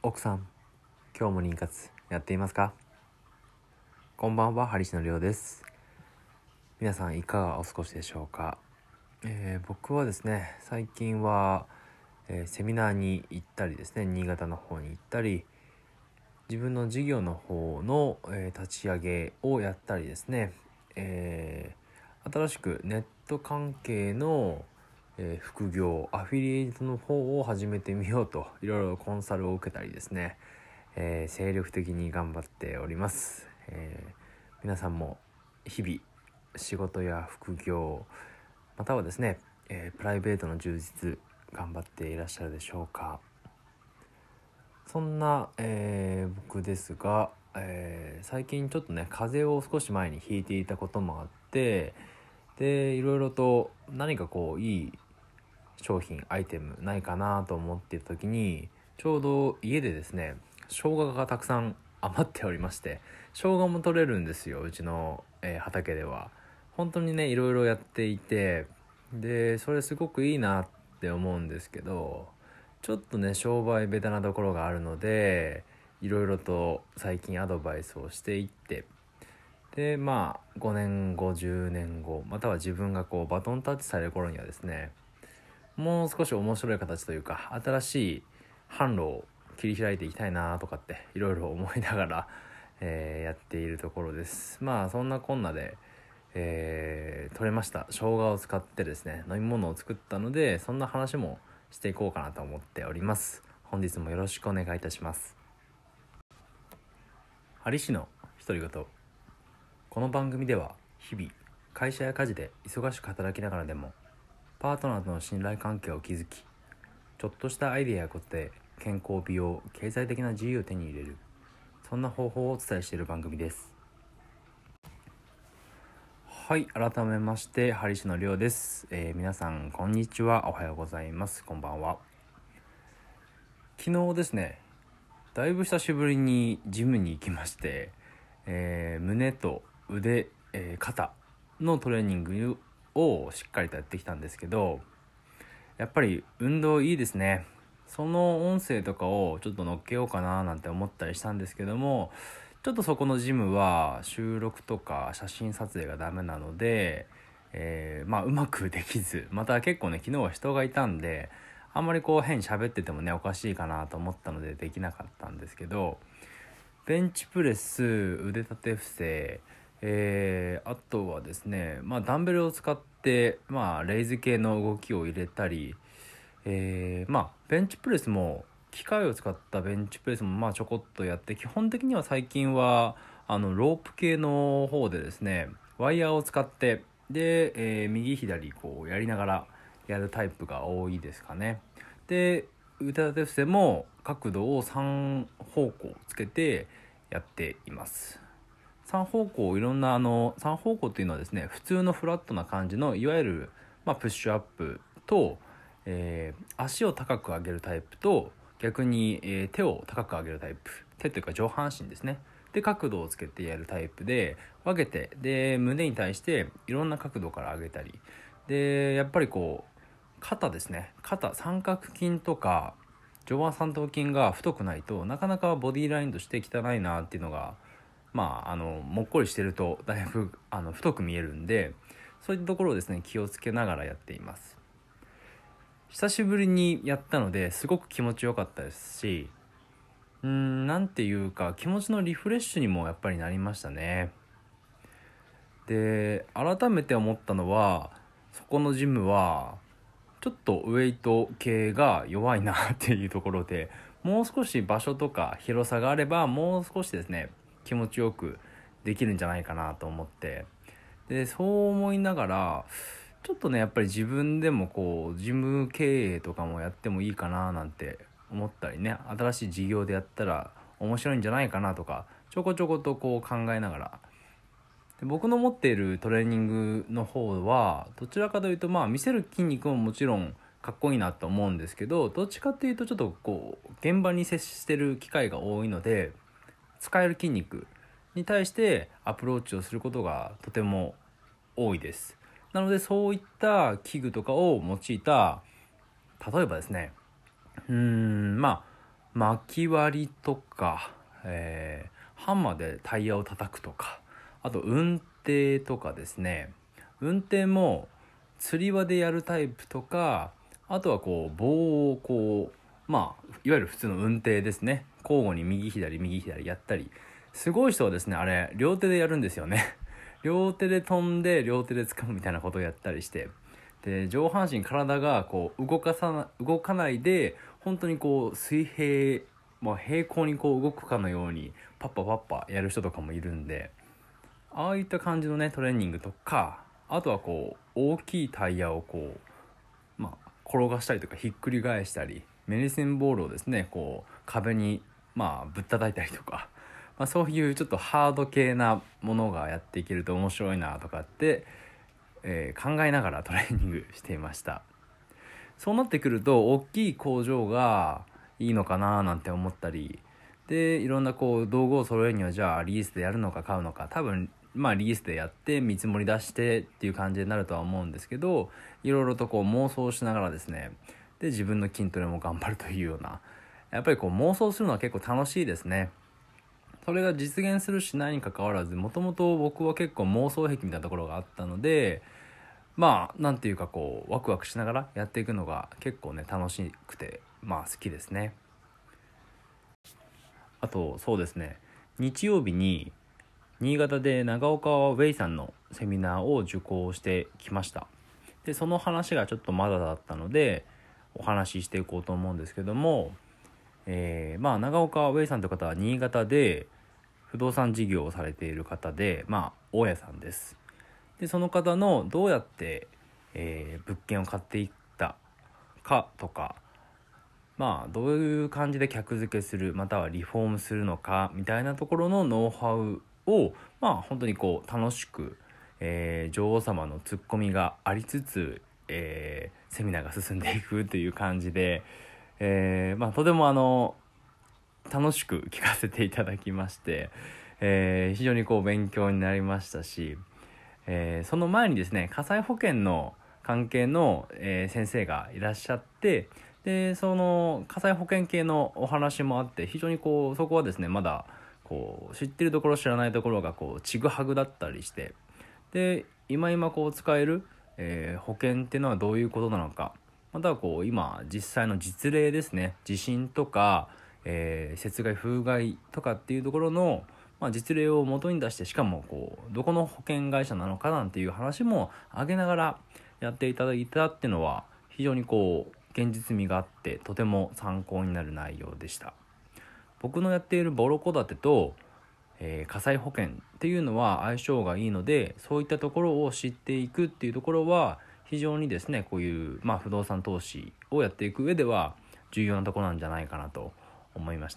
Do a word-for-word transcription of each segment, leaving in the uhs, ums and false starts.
奥さん、今日も妊活やっていますか？こんばんは、ハリシのりょうです。皆さんいかがお過ごしでしょうか？えー、僕はですね、最近は、えーセミナーに行ったりですね、新潟の方に行ったり、自分の事業の方の、えー立ち上げをやったりですね、えー新しくネット関係の、えー副業アフィリエイトの方を始めてみようといろいろコンサルを受けたりですね、えー精力的に頑張っております。えー皆さんも日々仕事や副業またはですね、えープライベートの充実頑張っていらっしゃるでしょうか？そんな、えー僕ですが、えー最近ちょっとね風邪を少し前にひいていたこともあって、でいろいろと何かこういい商品アイテムないかなと思っている時に、ちょうど家でですね生姜がたくさん余っておりまして、生姜も取れるんですよ、うちの、えー畑では。本当にねいろいろやっていて、でそれすごくいいなって思うんですけど、ちょっとね商売ベタなところがあるので、いろいろと最近アドバイスをしていって、でまあごねんごじゅうねんごまたは自分がこうバトンタッチされる頃にはですね、もう少し面白い形というか新しい販路を切り開いていきたいなとかっていろいろ思いながら、えーやっているところです。まあそんなこんなで、えー、取れました生姜を使ってですね飲み物を作ったので、そんな話もしていこうかなと思っております。本日もよろしくお願いいたします。ハリ氏の独り言。この番組では日々会社や家事で忙しく働きながらでもパートナーとの信頼関係を築き、ちょっとしたアイデアやことで健康美容経済的な自由を手に入れる、そんな方法をお伝えしている番組です。はい、改めましてハリシのりょうです。えー皆さんこんにちは、おはようございます、こんばんは。昨日ですね、だいぶ久しぶりにジムに行きまして、えー胸と腕、えー肩のトレーニングをしっかりとやってきたんですけど、やっぱり運動いいですね。その音声とかをちょっと乗っけようかななんて思ったりしたんですけども、ちょっとそこのジムは収録とか写真撮影がダメなので、えーまあうまくできず、また結構ね昨日は人がいたんで、あんまりこう変に喋っててもねおかしいかなと思ったのでできなかったんですけど、ベンチプレス、腕立て伏せ、えーあとはですね、まあ、ダンベルを使って、まあ、レイズ系の動きを入れたり、えーまあ、ベンチプレスも機械を使ったベンチプレスもまあちょこっとやって、基本的には最近はあのロープ系の方でですね、ワイヤーを使ってで、えー右左こうやりながらやるタイプが多いですかね。で腕立て伏せも角度をさん方向つけてやっています。さん方向いろんなあのさん方向っていうのはですね、普通のフラットな感じのいわゆる、まあ、プッシュアップと、えー足を高く上げるタイプと、逆に、えー手を高く上げるタイプ、手というか上半身ですね、で角度をつけてやるタイプで分けて、で胸に対していろんな角度から上げたり、でやっぱりこう肩ですね、肩三角筋とか上腕三頭筋が太くないとなかなかボディラインとして汚いなっていうのが、まああのもっこりしてるとだいぶあの太く見えるんで、そういったところをですね気をつけながらやっています。久しぶりにやったのですごく気持ちよかったですし、うーんなんていうか気持ちのリフレッシュにもやっぱりなりましたね。で改めて思ったのは、そこのジムはちょっとウェイト系が弱いなっていうところで、もう少し場所とか広さがあればもう少しですね気持ちよくできるんじゃないかなと思って、でそう思いながらちょっとねやっぱり自分でもこうジム経営とかもやってもいいかななんて思ったりね、新しい事業でやったら面白いんじゃないかなとかちょこちょことこう考えながら、で僕の持っているトレーニングの方はどちらかというと、まあ見せる筋肉ももちろんかっこいいなと思うんですけど、どっちかというとちょっとこう現場に接してる機会が多いので、使える筋肉に対してアプローチをすることがとても多いです。なのでそういった器具とかを用いた、例えばですね、うーんまあ巻き割りとか、えーハンマーでタイヤを叩くとか、あと運転とかですね。運転も釣り輪でやるタイプとか、あとはこう棒をこうまあいわゆる普通の運転ですね、交互に右左右左やったり、すごい人はですねあれ両手でやるんですよね両手で飛んで両手で掴むみたいなことをやったりして、で上半身体がこう動かさな動かないで本当にこう水平、まあ、平行にこう動くかのようにパッパパッパやる人とかもいるんで、ああいった感じのねトレーニングとか、あとはこう大きいタイヤをこうまあ転がしたりとかひっくり返したり、メディシンボールをですねこう壁にまあぶったたいたりとか、まあ、そういうちょっとハード系なものがやっていけると面白いなとかって、えー考えながらトレーニングしていました。そうなってくると大きい工場がいいのかななんて思ったりで、いろんなこう道具を揃えるにはじゃあリースでやるのか買うのか、多分まあリースでやって見積もり出してっていう感じになるとは思うんですけど、いろいろとこう妄想しながらですね、で自分の筋トレも頑張るというような、やっぱりこう妄想するのは結構楽しいですね。それが実現するしないにかかわらず、もともと僕は結構妄想癖みたいなところがあったので、まあなんていうかこうワクワクしながらやっていくのが結構ね楽しくて、まあ好きですね。あとそうですね、日曜日に新潟で長岡ウェイさんのセミナーを受講してきました。でその話がちょっとまだだったのでお話ししていこうと思うんですけども、えー、まあ長岡ウェイさんという方は新潟で不動産事業をされている方で、まあ大家さんです。でその方のどうやって、えー物件を買っていったかとか、まあどういう感じで客付けするまたはリフォームするのかみたいなところのノウハウをまあ本当にこう楽しく、えー女王様のツッコミがありつつ、えーセミナーが進んでいくという感じで、えーまあとてもあの楽しく聞かせていただきまして、えー非常にこう勉強になりましたし、えーその前にですね火災保険の関係の、えー先生がいらっしゃって、でその火災保険系のお話もあって、非常にこうそこはですねまだこう知ってるところ知らないところがこうちぐはぐだったりして、で今今こう使える、えー保険っていうのはどういうことなのか、またはこう今実際の実例ですね、地震とか、えー雪害風害とかっていうところの、まあ、実例を元に出して、しかもこうどこの保険会社なのかなんていう話も挙げながらやっていただいたっていうのは非常にこう現実味があってとても参考になる内容でした。僕のやっているボロ戸建てと、えー火災保険っていうのは相性がいいので、そういったところを知っていくっていうところは非常にですねこういう、まあ、不動産投資をやっていく上では重要なところなんじゃないかなと思いました。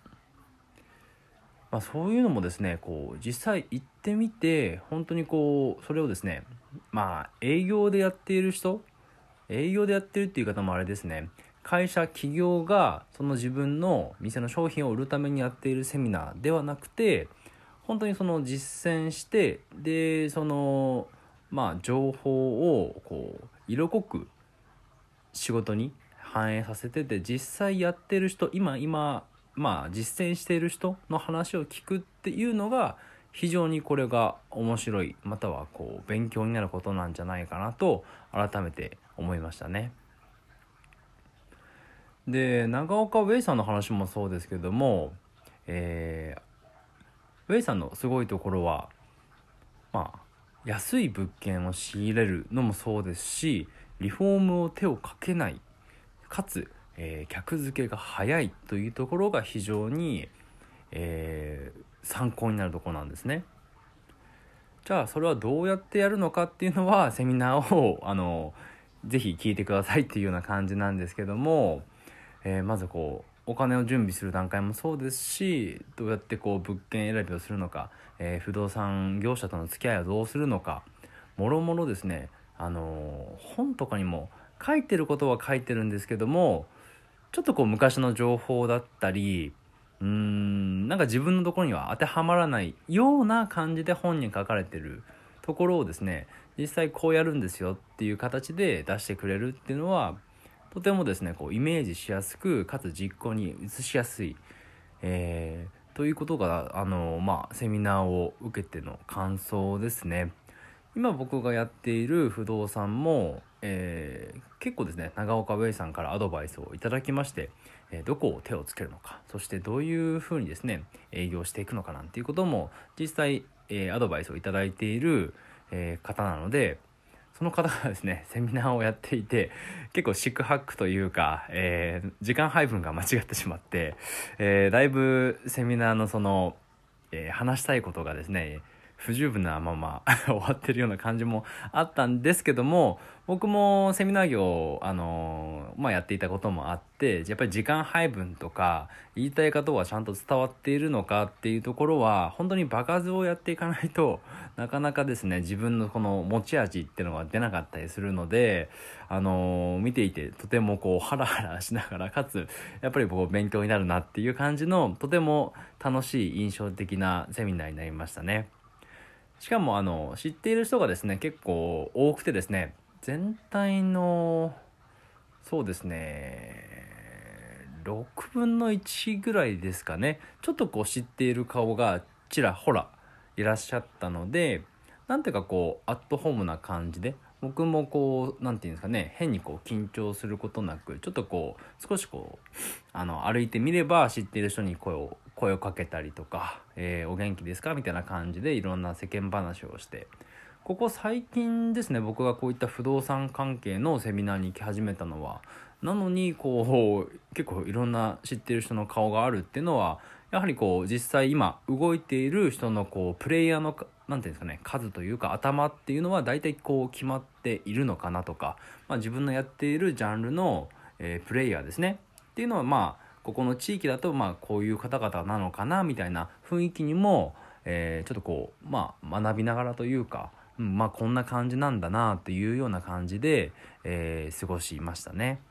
まあ、そういうのもですねこう実際行ってみて本当にこうそれをですね、まあ営業でやっている人、営業でやってるっていう方もあれですね、会社企業がその自分の店の商品を売るためにやっているセミナーではなくて、本当にその実践して、でそのまあ情報をこう色濃く仕事に反映させてて、実際やってる人、今今まあ実践している人の話を聞くっていうのが非常にこれが面白い、またはこう勉強になることなんじゃないかなと改めて思いましたね。で長岡ウェイさんの話もそうですけども、えーウェイさんのすごいところは、まあ安い物件を仕入れるのもそうですし、リフォームを手をかけない、かつ、えー客付けが早いというところが非常に、えー参考になるところなんですね。じゃあそれはどうやってやるのかっていうのはセミナーをあのぜひ聞いてくださいっていうような感じなんですけども、えーまずこうお金を準備する段階もそうですし、どうやってこう物件選びをするのか、えー不動産業者との付き合いをどうするのか、もろもろですね、あのー本とかにも書いてることは書いてるんですけども、ちょっとこう昔の情報だったり、うーんなんか自分のところには当てはまらないような感じで本に書かれてるところをですね、実際こうやるんですよっていう形で出してくれるっていうのはとてもですねこうイメージしやすくかつ実行に移しやすい、えー、ということがあの、まあ、セミナーを受けての感想ですね。今僕がやっている不動産も、えー、結構ですね長岡ウェイさんからアドバイスをいただきまして、えー、どこを手をつけるのか、そしてどういうふうにですね営業していくのかなんていうことも実際、えー、アドバイスをいただいている、えー、方なので、その方がですねセミナーをやっていて結構四苦八苦というか、えー、時間配分が間違ってしまって、えー、だいぶセミナーのその、えー、話したいことがですね不十分なまま終わってるような感じもあったんですけども、僕もセミナー業を、あのーまあ、やっていたこともあって、やっぱり時間配分とか言いたいことはちゃんと伝わっているのかっていうところは本当に場数をやっていかないとなかなかですね自分のこの持ち味っていうのが出なかったりするので、あのー見ていてとてもこうハラハラしながら、かつやっぱりこう勉強になるなっていう感じのとても楽しい印象的なセミナーになりましたね。しかもあの知っている人がですね結構多くてですね、全体のそうですねろくぶんのいちぐらいですかね、ちょっとこう知っている顔がちらほらいらっしゃったので、なんていうかこうアットホームな感じで、僕もこうなんていうんですかね、変にこう緊張することなく、ちょっとこう少しこうあの歩いてみれば知っている人に声を声をかけたりとか、えーお元気ですかみたいな感じでいろんな世間話をして、ここ最近ですね僕がこういった不動産関係のセミナーに行き始めたのは。なのにこう結構いろんな知ってる人の顔があるっていうのは、やはりこう実際今動いている人のこうプレイヤーのなんていうんですかね、数というか頭っていうのは大体こう決まっているのかなとか、まあ、自分のやっているジャンルの、えープレイヤーですねっていうのは、まあここの地域だとまあこういう方々なのかなみたいな雰囲気にも、えーちょっとこうまあ学びながらというか、うん、まあこんな感じなんだなっていうような感じで、えー過ごしましたね。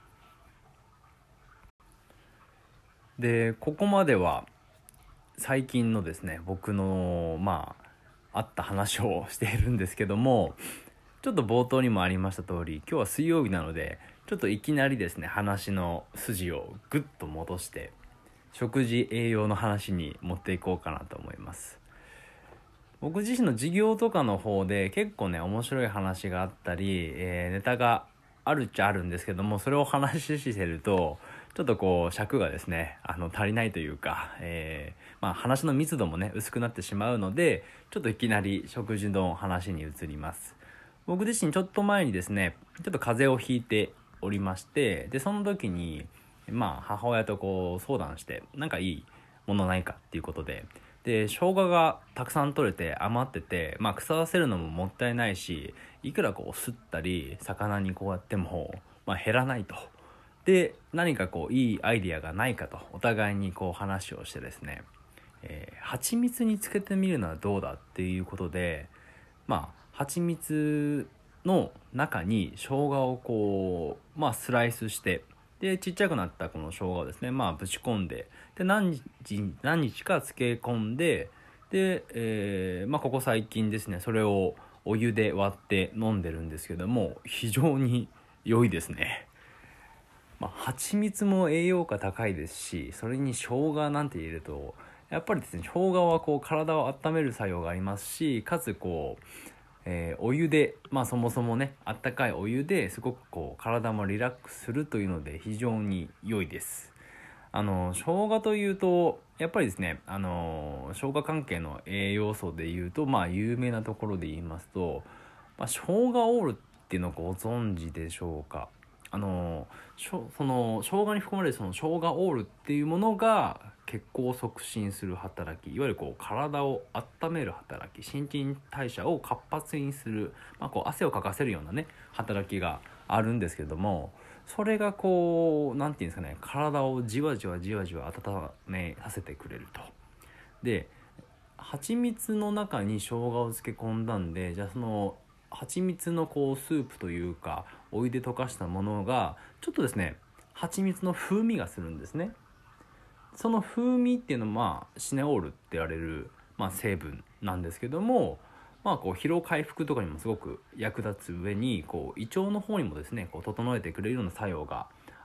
でここまでは最近のですね僕のまああった話をしているんですけども、ちょっと冒頭にもありました通り今日は水曜日なので、ちょっといきなりですね話の筋をぐっと戻して食事栄養の話に持っていこうかなと思います。僕自身の事業とかの方で結構ね面白い話があったり、えーネタがあるっちゃあるんですけども、それを話してるとちょっとこう尺がですねあの足りないというか、えーまあ、話の密度もね薄くなってしまうので、ちょっといきなり食事の話に移ります。僕自身ちょっと前にですねちょっと風邪をひいておりまして、でその時にまあ母親とこう相談して、なんかいいものないかっていうことで、で生姜がたくさん取れて余ってて、まあ腐らせるのももったいないし、いくらこうすったり魚にこうやっても、まあ、減らないと。で何かこういいアイディアがないかとお互いにこう話をしてですね、えー、蜂蜜につけてみるのはどうだっていうことで、まあ蜂蜜の中に生姜をこう、まあ、スライスして、でちっちゃくなったこの生姜をですね、まあ、ぶち込んで、で何日何日か漬け込んで、で、えーまあ、ここ最近ですねそれをお湯で割って飲んでるんですけども、非常に良いですね。まあ、蜂蜜も栄養価高いですし、それに生姜なんて入れるとやっぱりですね生姜はこう体を温める作用がありますし、かつこうえーお湯で、まあそもそもねあったかいお湯ですごくこう体もリラックスするというので非常に良いです。あの生姜というとやっぱりですね、あの生姜関係の栄養素でいうと、まあ有名なところで言いますと、まあ、生姜オールっていうのをご存知でしょうか。あのしょその生姜に含まれるその生姜オールっていうものが血行を促進する働き、いわゆるこう体を温める働き、新陳代謝を活発にする、まあ、こう汗をかかせるようなね働きがあるんですけれども、それがこうなんていうんですかね、体をじわじわじわじわ温めさせてくれると。で蜂蜜の中に生姜を漬け込んだんで、じゃあその蜂蜜のこうスープというかお湯で溶かしたものがちょっとですね蜂蜜の風味がするんですね。その風味っていうのは、まあ、シネオールって言われる、まあ、成分なんですけども、まあ、こう疲労回復とかにもすごく役立つ上にこう胃腸の方にもですねこう整えてくれるような作用が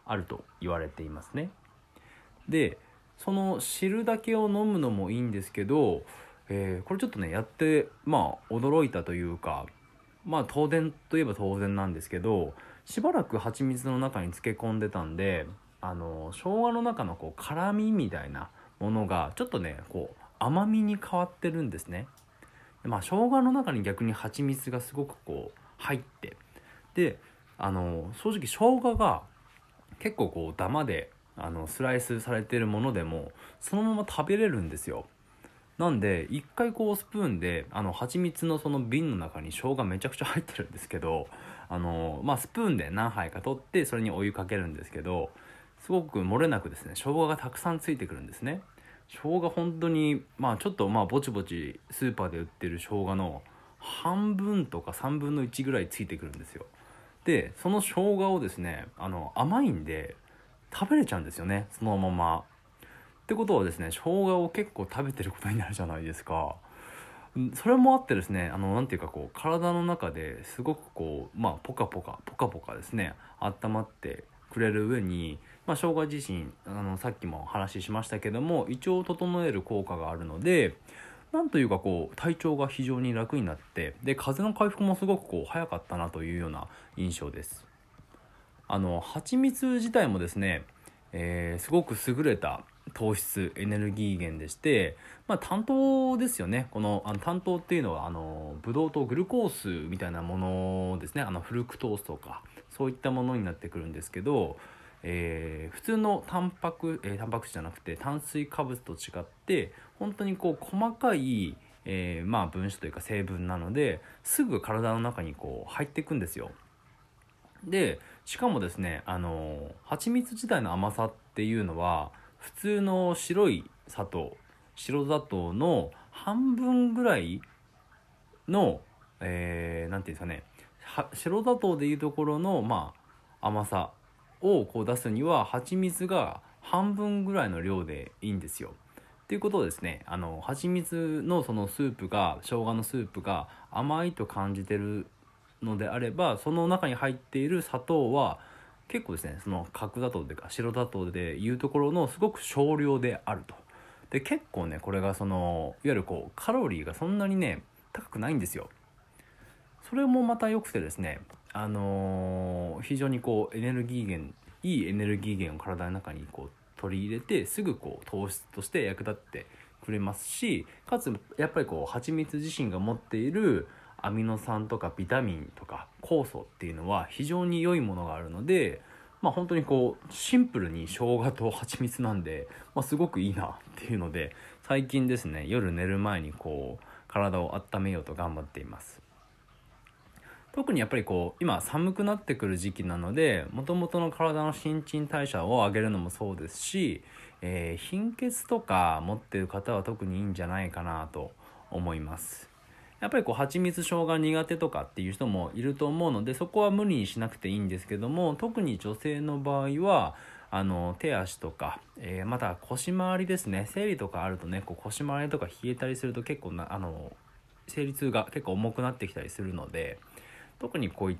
あると言われていますね。でその汁だけを飲むのもいいんですけど、えーこれちょっとねやってまあ驚いたというか、まあ当然といえば当然なんですけど、しばらく蜂蜜の中に漬け込んでたんで、あの生姜の中のこう辛みみたいなものがちょっとねこう甘みに変わってるんですね。でまあ生姜の中に逆に蜂蜜がすごくこう入って、であの正直生姜が結構こうダマであのスライスされてるものでもそのまま食べれるんですよ。なんで一回こうスプーンであの蜂蜜のその瓶の中に生姜めちゃくちゃ入ってるんですけど、あのまあスプーンで何杯か取ってそれにお湯かけるんですけど、すごく漏れなくですね生姜がたくさんついてくるんですね。生姜本当にまあちょっとまあぼちぼちスーパーで売ってる生姜の半分とかさんぶんのいちぐらいついてくるんですよ。でその生姜をですねあの甘いんで食べれちゃうんですよね、そのまま。ってことはですね生姜を結構食べてることになるじゃないですか。それもあってですね、あのなんていうかこう体の中ですごくこうまあポカポカポカポカですね温まってくれる上に、まあ、生姜自身あのさっきも話しましたけども胃腸を整える効果があるので、なんというかこう体調が非常に楽になって、で風邪の回復もすごくこう早かったなというような印象です。あの蜂蜜自体もですね、えーすごく優れた糖質エネルギー源でして、まあ、単糖ですよね。このあの単糖っていうのはあのブドウ糖グルコースみたいなものですね。あのフルクトースとかそういったものになってくるんですけど、えー普通のタンパク、えータンパク質じゃなくて炭水化物と違って本当にこう細かい、えーまあ分子というか成分なのですぐ体の中にこう入っていくんですよ。でしかもですねあの蜂蜜自体の甘さっていうのは普通の白い砂糖白砂糖の半分ぐらいの、えー、なんていうんですかね、は白砂糖でいうところのまあ甘さをこう出すには蜂蜜が半分ぐらいの量でいいんですよ。っていうことをですね、あの蜂蜜のそのスープが生姜のスープが甘いと感じてるのであれば、その中に入っている砂糖は結構ですねその角砂糖というか白砂糖でいうところのすごく少量であると。で結構ねこれがそのいわゆるこうカロリーがそんなにね高くないんですよ。それもまた良くてですね、あのー非常にこうエネルギー源いいエネルギー源を体の中にこう取り入れてすぐこう糖質として役立ってくれますし、かつやっぱりこう蜂蜜自身が持っているアミノ酸とかビタミンとか酵素っていうのは非常に良いものがあるので、まあ本当にこうシンプルに生姜と蜂蜜なんで、まあ、すごくいいなっていうので最近ですね夜寝る前にこう体を温めようと頑張っています。特にやっぱりこう今寒くなってくる時期なのでもともとの体の新陳代謝を上げるのもそうですし、えー貧血とか持っている方は特にいいんじゃないかなと思います。やっぱりこう蜂蜜生姜苦手とかっていう人もいると思うのでそこは無理にしなくていいんですけども、特に女性の場合はあの手足とか、えーまた腰回りですね、生理とかあるとねこう腰回りとか冷えたりすると結構なあの生理痛が結構重くなってきたりするので、特にこういった、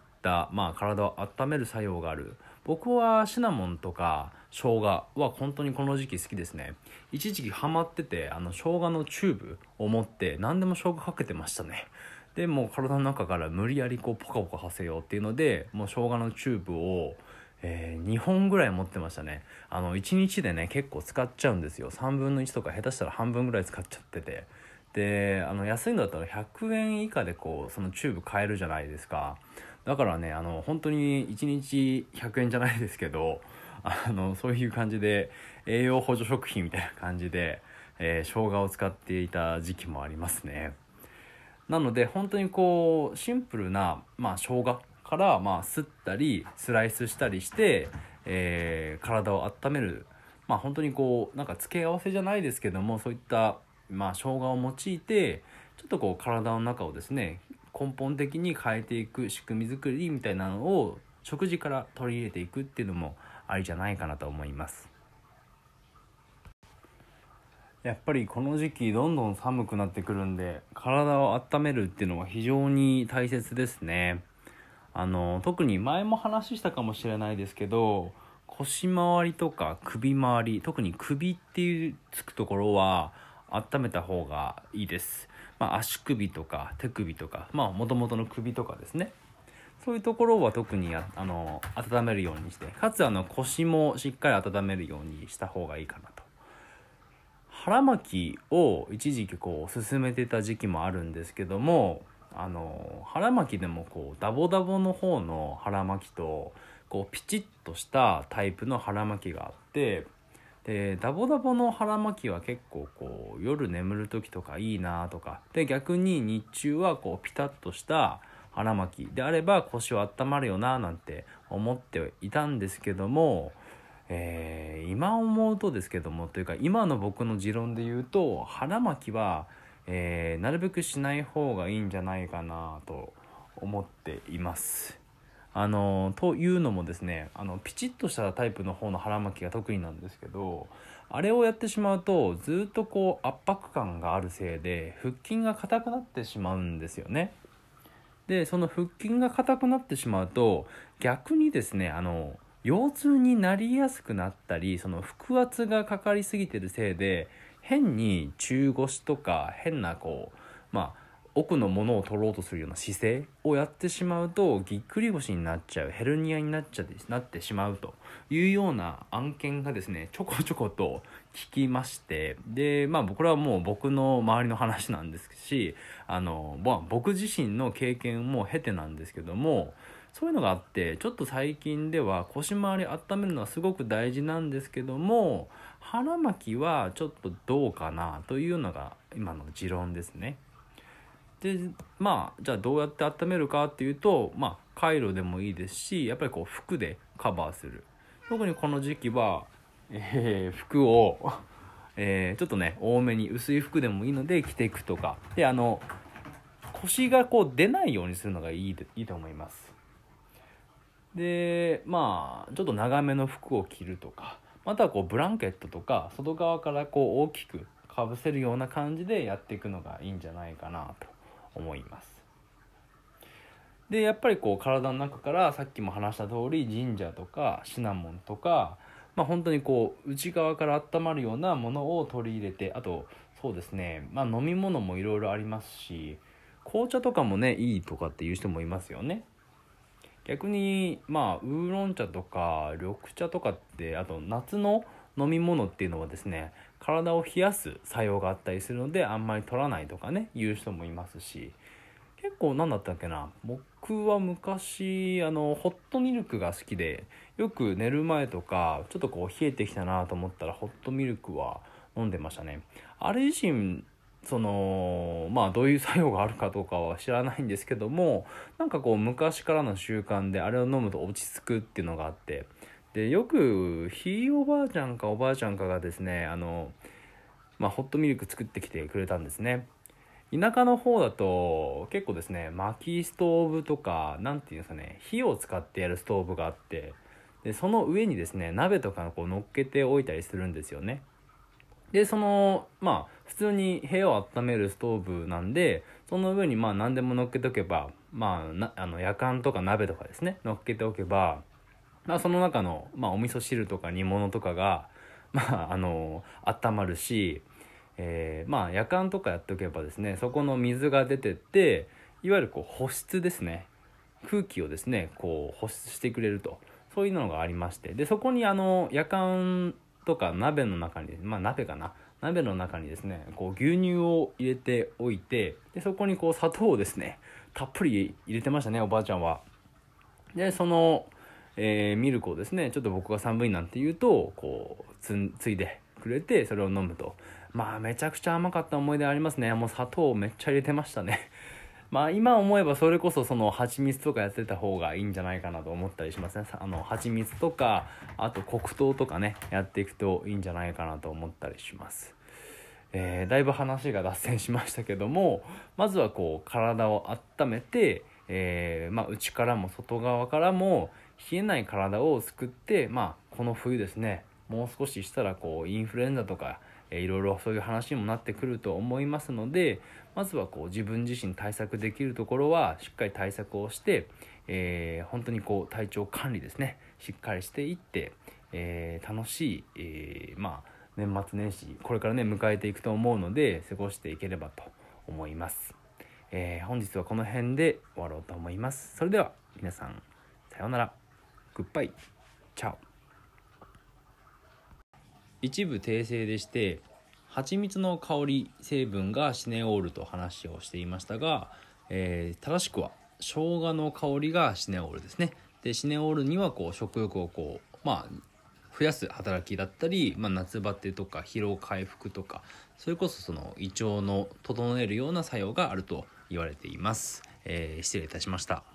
まあ、体を温める作用がある、僕はシナモンとか生姜は本当にこの時期好きですね。一時期ハマっててあの生姜のチューブを持って何でも生姜かけてましたね。でもう体の中から無理やりこうポカポカさせようっていうのでもう生姜のチューブを、えーにほんぐらい持ってましたね。あのいちにちでね結構使っちゃうんですよ。さんぶんのいちとか下手したら半分ぐらい使っちゃってて、であの安いのだったらひゃくえん以下でこうそのチューブ買えるじゃないですか。だからねあの本当にいちにちひゃくえんじゃないですけど、あのそういう感じで栄養補助食品みたいな感じで、えー、生姜を使っていた時期もありますね。なので本当にこうシンプルな、まあ、生姜からまあすったりスライスしたりして、えー体を温める、まあ本当にこうなんか付け合わせじゃないですけどもそういった、まあ、生姜を用いてちょっとこう体の中をですね根本的に変えていく仕組み作りみたいなのを食事から取り入れていくっていうのもありじゃないかなと思います。やっぱりこの時期どんどん寒くなってくるんで体を温めるっていうのは非常に大切ですね。あの特に前も話したかもしれないですけど、 腰回りとか首回り、特に首っていうつくところは温めた方がいいです。まあ、足首とか手首とか、まあ元々の首とかですね、そういうところは特にああの温めるようにして、かつあの腰もしっかり温めるようにした方がいいかなと。腹巻きを一時期こう進めてた時期もあるんですけども、あの腹巻きでもこうダボダボの方の腹巻きとこうピチッとしたタイプの腹巻きがあって、でダボダボの腹巻きは結構こう夜眠る時とかいいなとかで、逆に日中はこうピタッとした腹巻きであれば腰は温まるよななんて思っていたんですけども、えー、今思うとですけどもというか今の僕の持論で言うと、腹巻きは、えー、なるべくしない方がいいんじゃないかなと思っています。あのというのもですね、あのピチッとしたタイプの方の腹巻きが得意なんですけど、あれをやってしまうとずっとこう圧迫感があるせいで腹筋が硬くなってしまうんですよね。でその腹筋が硬くなってしまうと逆にですね、あの腰痛になりやすくなったり、その腹圧がかかりすぎてるせいで変に中腰とか変なこうまあ奥のものを取ろうとするような姿勢をやってしまうとぎっくり腰になっちゃう、ヘルニアになっちゃってなってしまうというような案件がですねちょこちょこと聞きまして、でまあこれはもう僕の周りの話なんですし、あの、まあ、僕自身の経験も経てなんですけども、そういうのがあって、ちょっと最近では腰回り温めるのはすごく大事なんですけども、腹巻きはちょっとどうかなというのが今の持論ですね。でまあじゃあどうやって温めるかっていうと、まあカイロでもいいですし、やっぱりこう服でカバーする。特にこの時期は、えー、服をえー、ちょっとね多めに薄い服でもいいので着ていくとかで、あの腰がこう出ないようにするのがいいいいと思います。でまあちょっと長めの服を着るとか、またはこうブランケットとか外側からこう大きくかぶせるような感じでやっていくのがいいんじゃないかなと思います。でやっぱりこう体の中からさっきも話した通りジンジャーとかシナモンとか、まあ本当にこう内側から温まるようなものを取り入れて、あとそうですね、まあ飲み物もいろいろありますし、紅茶とかもねいいとかっていう人もいますよね。逆にまあウーロン茶とか緑茶とかって、あと夏の飲み物っていうのはですね体を冷やす作用があったりするのであんまり取らないとかねいう人もいますし、結構何だったっけな、僕は昔あのホットミルクが好きで、よく寝る前とかちょっとこう冷えてきたなと思ったらホットミルクは飲んでましたね。あれ自身そのまあどういう作用があるかどうかは知らないんですけども、なんかこう昔からの習慣であれを飲むと落ち着くっていうのがあって、でよくひいおばあちゃんかおばあちゃんかがですね、あのまあホットミルク作ってきてくれたんですね。田舎の方だと結構ですね薪ストーブとかなんていうんですかね、火を使ってやるストーブがあって、でその上にですね鍋とかこう乗っけておいたりするんですよね。でそのまあ普通に部屋を温めるストーブなんで、その上にまあ何でも乗っけておけば、まあなあのやかんとか鍋とかですね乗っけておけば、まあ、その中の、まあ、お味噌汁とか煮物とかがまああの温まるし、えー、まあやかんとかやっておけばですね、そこの水が出てって、いわゆるこう保湿ですね、空気をですねこう保湿してくれると、そういうのがありまして、でそこにあのやかんとか鍋の中に、まあ鍋かな鍋の中にですねこう牛乳を入れておいて、でそこにこう砂糖をですねたっぷり入れてましたね、おばあちゃんは。でその、えーミルクをですねちょっと僕が寒いなんて言うとこうつついでくれて、それを飲むと、まあめちゃくちゃ甘かった思い出ありますね。もう砂糖をめっちゃ入れてましたね。まあ今思えばそれこそその蜂蜜とかやってた方がいいんじゃないかなと思ったりしますね。あの蜂蜜とかあと黒糖とかねやっていくといいんじゃないかなと思ったりします。えー、だいぶ話が脱線しましたけども、まずはこう体を温めて、えーまあ、内からも外側からも冷えない体を作って、まあ、この冬ですねもう少ししたらこうインフルエンザとか、えー、いろいろそういう話にもなってくると思いますので、まずはこう自分自身対策できるところはしっかり対策をして、えー、本当にこう体調管理ですねしっかりしていって、 えー、楽しい、えー、まあ年末年始これからね迎えていくと思うので過ごしていければと思います。えー、本日はこの辺で終わろうと思います。それでは皆さんさようなら、グッバイ、チャオ。一部訂正でして、蜂蜜の香り成分がシネオールと話をしていましたが、えー、正しくは生姜の香りがシネオールですね。でシネオールにはこう食欲をこうまあ増やす働きだったり、まあ、夏バテとか疲労回復とか、それこそその胃腸の整えるような作用があると言われています。えー、失礼いたしました。